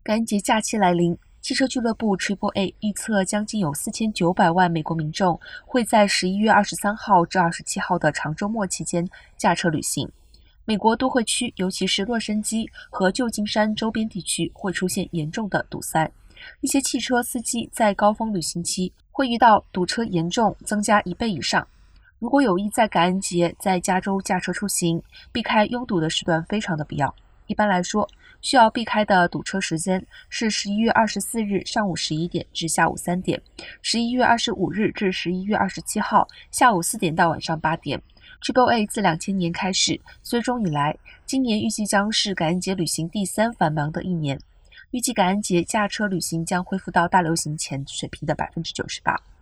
感恩节假期来临，汽车俱乐部 AAA 预测将近有4900万美国民众会在11月23号至27号的长周末期间驾车旅行。美国都会区，尤其是洛杉矶和旧金山周边地区会出现严重的堵塞。一些汽车司机在高峰旅行期会遇到堵车严重增加1倍以上。如果有意在感恩节在加州驾车出行，避开拥堵的时段非常的必要。一般来说，需要避开的堵车时间是11月24日上午11点至下午3点，11月25日至11月27号下午4点到晚上8点。AAA 自2000年开始追踪以来，今年预计将是感恩节旅行第3繁忙的一年。预计感恩节驾车旅行将恢复到大流行前水平的98%。